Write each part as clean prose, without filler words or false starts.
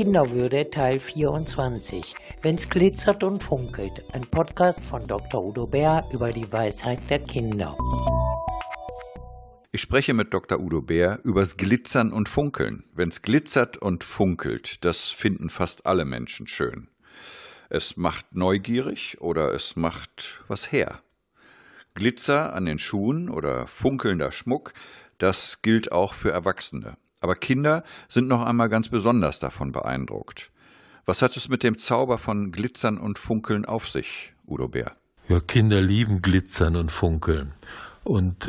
Kinderwürde Teil 24. Wenn's glitzert und funkelt. Ein Podcast von Dr. Udo Bär über die Weisheit der Kinder. Ich spreche mit Dr. Udo Bär übers Glitzern und Funkeln. Wenn's glitzert und funkelt, das finden fast alle Menschen schön. Es macht neugierig oder es macht was her. Glitzer an den Schuhen oder funkelnder Schmuck, das gilt auch für Erwachsene. Aber Kinder sind noch einmal ganz besonders davon beeindruckt. Was hat es mit dem Zauber von Glitzern und Funkeln auf sich, Udo Bär? Ja, Kinder lieben Glitzern und Funkeln. Und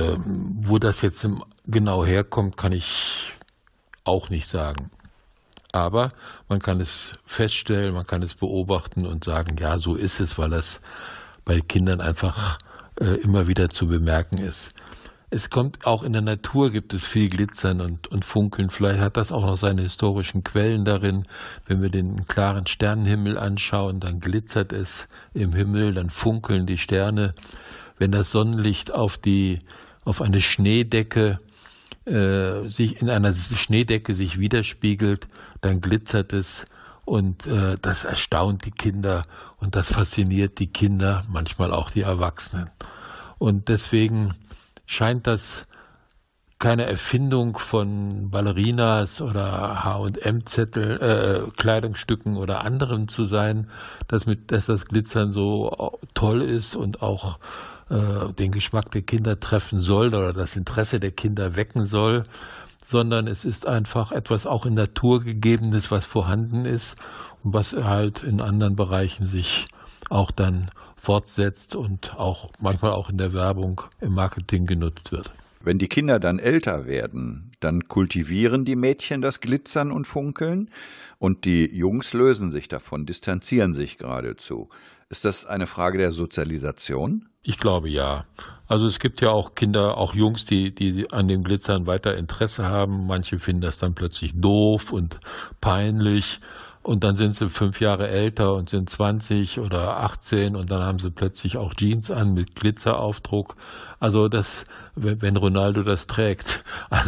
wo das jetzt genau herkommt, kann ich auch nicht sagen. Aber man kann es feststellen, man kann es beobachten und sagen, ja, so ist es, weil das bei Kindern einfach immer wieder zu bemerken ist. Es kommt auch in der Natur, gibt es viel Glitzern und Funkeln. Vielleicht hat das auch noch seine historischen Quellen darin. Wenn wir den klaren Sternenhimmel anschauen, dann glitzert es im Himmel, dann funkeln die Sterne. Wenn das Sonnenlicht auf eine Schneedecke sich in einer Schneedecke sich widerspiegelt, dann glitzert es und das erstaunt die Kinder und das fasziniert die Kinder, manchmal auch die Erwachsenen. Und deswegen scheint das keine Erfindung von Ballerinas oder H&M-Zettel, Kleidungsstücken oder anderem zu sein, dass das Glitzern so toll ist und auch den Geschmack der Kinder treffen soll oder das Interesse der Kinder wecken soll, sondern es ist einfach etwas auch in Natur gegebenes, was vorhanden ist und was halt in anderen Bereichen sich auch dann fortsetzt und auch manchmal auch in der Werbung, im Marketing genutzt wird. Wenn die Kinder dann älter werden, dann kultivieren die Mädchen das Glitzern und Funkeln und die Jungs lösen sich davon, distanzieren sich geradezu. Ist das eine Frage der Sozialisation? Ich glaube ja. Also es gibt ja auch Kinder, auch Jungs, die an dem Glitzern weiter Interesse haben. Manche finden das dann plötzlich doof und peinlich. Und dann sind sie 5 Jahre älter und sind 20 oder 18 und dann haben sie plötzlich auch Jeans an mit Glitzeraufdruck. Also wenn Ronaldo das trägt, also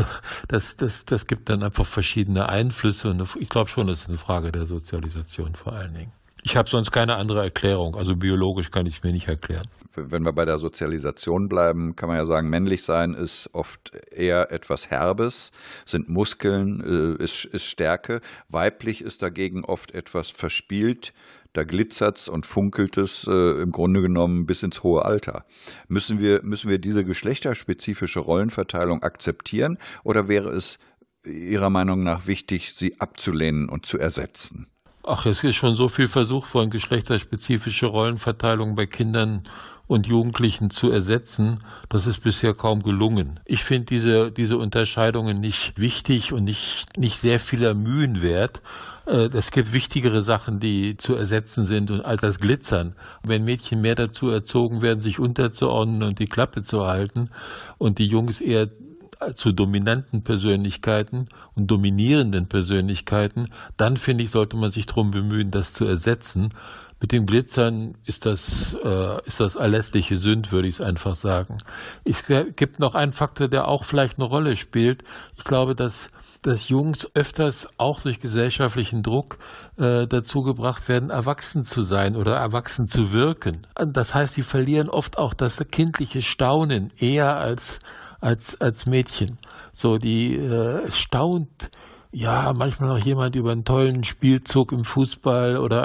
das gibt dann einfach verschiedene Einflüsse und ich glaube schon, das ist eine Frage der Sozialisation vor allen Dingen. Ich habe sonst keine andere Erklärung, also biologisch kann ich es mir nicht erklären. Wenn wir bei der Sozialisation bleiben, kann man ja sagen, männlich sein ist oft eher etwas Herbes, sind Muskeln, ist Stärke. Weiblich ist dagegen oft etwas verspielt, da glitzert's und funkelt es im Grunde genommen bis ins hohe Alter. Müssen wir diese geschlechterspezifische Rollenverteilung akzeptieren oder wäre es Ihrer Meinung nach wichtig, sie abzulehnen und zu ersetzen? Ach, es ist schon so viel Versuch von geschlechterspezifische Rollenverteilung bei Kindern und Jugendlichen zu ersetzen, das ist bisher kaum gelungen. Ich finde diese Unterscheidungen nicht wichtig und nicht sehr vieler Mühen wert. Es gibt wichtigere Sachen, die zu ersetzen sind als das Glitzern. Wenn Mädchen mehr dazu erzogen werden, sich unterzuordnen und die Klappe zu halten und die Jungs eher zu dominanten Persönlichkeiten und dominierenden Persönlichkeiten, dann finde ich, sollte man sich darum bemühen, das zu ersetzen. Mit dem Glitzern ist das erlässliche Sünd, würde ich es einfach sagen. Es gibt noch einen Faktor, der auch vielleicht eine Rolle spielt. Ich glaube, dass Jungs öfters auch durch gesellschaftlichen Druck dazu gebracht werden, erwachsen zu sein oder erwachsen zu wirken. Das heißt, sie verlieren oft auch das kindliche Staunen eher als Mädchen. So, die staunt ja manchmal noch jemand über einen tollen Spielzug im Fußball oder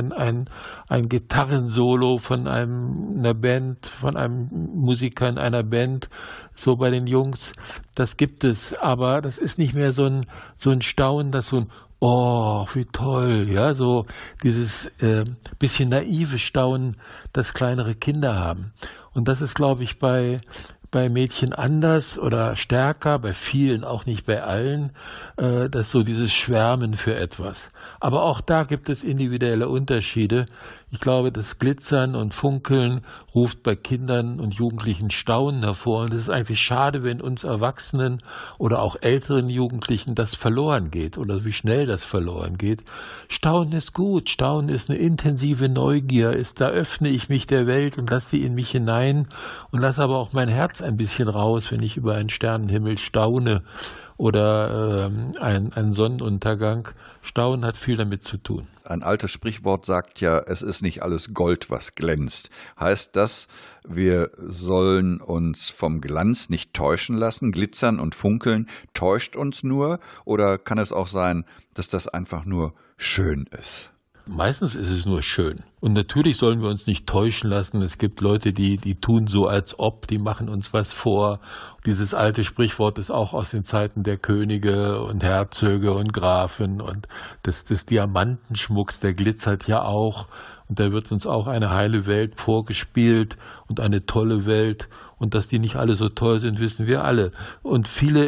ein Gitarrensolo von einer Band, von einem Musiker in einer Band. So bei den Jungs, das gibt es, aber das ist nicht mehr so ein Staunen, das so ein oh, wie toll, ja, so dieses bisschen naive Staunen, das kleinere Kinder haben. Und das ist, glaube ich, bei Mädchen anders oder stärker, bei vielen, auch nicht bei allen, dass so dieses Schwärmen für etwas. Aber auch da gibt es individuelle Unterschiede. Ich glaube, das Glitzern und Funkeln ruft bei Kindern und Jugendlichen Staunen hervor. Und es ist eigentlich schade, wenn uns Erwachsenen oder auch älteren Jugendlichen das verloren geht oder wie schnell das verloren geht. Staunen ist gut. Staunen ist eine intensive Neugier. Da öffne ich mich der Welt und lasse die in mich hinein und lasse aber auch mein Herz ein bisschen raus, wenn ich über einen Sternenhimmel staune. oder ein Sonnenuntergang. Staunen hat viel damit zu tun. Ein altes Sprichwort sagt ja, es ist nicht alles Gold, was glänzt. Heißt das, wir sollen uns vom Glanz nicht täuschen lassen? Glitzern und Funkeln täuscht uns nur? Oder kann es auch sein, dass das einfach nur schön ist? Meistens ist es nur schön. Und natürlich sollen wir uns nicht täuschen lassen. Es gibt Leute, die tun so, als ob, die machen uns was vor. Dieses alte Sprichwort ist auch aus den Zeiten der Könige und Herzöge und Grafen. Und des Diamantenschmucks, der glitzert ja auch. Und da wird uns auch eine heile Welt vorgespielt und eine tolle Welt. Und dass die nicht alle so toll sind, wissen wir alle. Und viele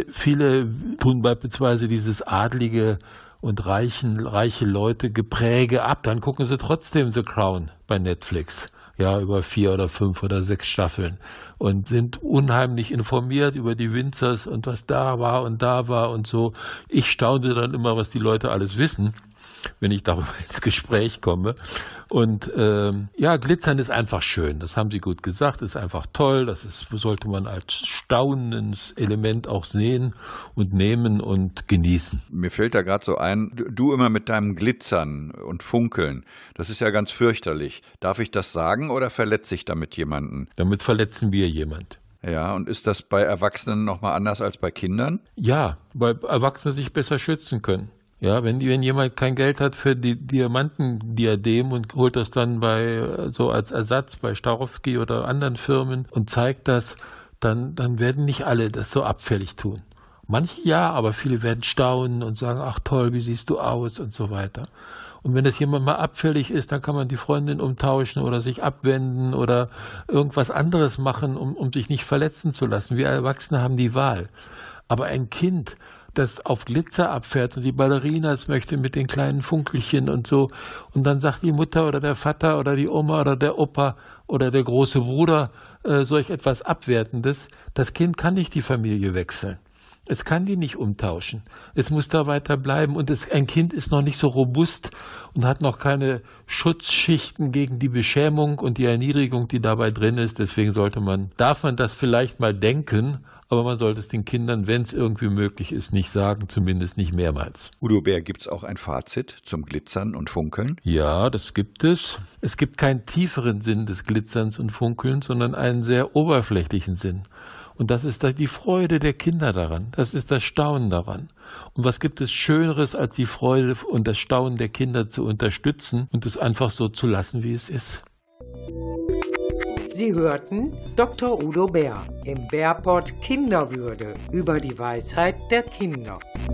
tun beispielsweise dieses adlige und reiche Leute Gepräge ab, dann gucken sie trotzdem The Crown bei Netflix, ja, über 4 oder 5 oder 6 Staffeln und sind unheimlich informiert über die Windsors und was da war und so. Ich staune dann immer, was die Leute alles wissen, wenn ich darüber ins Gespräch komme. Und Glitzern ist einfach schön, das haben Sie gut gesagt, ist einfach toll, sollte man als staunendes Element auch sehen und nehmen und genießen. Mir fällt da gerade so ein, du immer mit deinem Glitzern und Funkeln, das ist ja ganz fürchterlich. Darf ich das sagen oder verletze ich damit jemanden? Damit verletzen wir jemand. Ja, und ist das bei Erwachsenen nochmal anders als bei Kindern? Ja, weil Erwachsene sich besser schützen können. Ja, wenn jemand kein Geld hat für die Diamantendiadem und holt das dann so als Ersatz bei Swarovski oder anderen Firmen und zeigt das, dann werden nicht alle das so abfällig tun. Manche ja, aber viele werden staunen und sagen, ach toll, wie siehst du aus und so weiter. Und wenn das jemand mal abfällig ist, dann kann man die Freundin umtauschen oder sich abwenden oder irgendwas anderes machen, um sich nicht verletzen zu lassen. Wir Erwachsene haben die Wahl. Aber ein Kind, das auf Glitzer abfährt und die Ballerinas möchte mit den kleinen Funkelchen und so. Und dann sagt die Mutter oder der Vater oder die Oma oder der Opa oder der große Bruder solch etwas Abwertendes. Das Kind kann nicht die Familie wechseln. Es kann die nicht umtauschen. Es muss da weiter bleiben. Und ein Kind ist noch nicht so robust und hat noch keine Schutzschichten gegen die Beschämung und die Erniedrigung, die dabei drin ist. Deswegen darf man das vielleicht mal denken, aber man sollte es den Kindern, wenn es irgendwie möglich ist, nicht sagen, zumindest nicht mehrmals. Udo Bär, gibt es auch ein Fazit zum Glitzern und Funkeln? Ja, das gibt es. Es gibt keinen tieferen Sinn des Glitzerns und Funkelns, sondern einen sehr oberflächlichen Sinn. Und das ist die Freude der Kinder daran. Das ist das Staunen daran. Und was gibt es Schöneres, als die Freude und das Staunen der Kinder zu unterstützen und es einfach so zu lassen, wie es ist? Sie hörten Dr. Udo Bär im Bärpod Kinderwürde über die Weisheit der Kinder.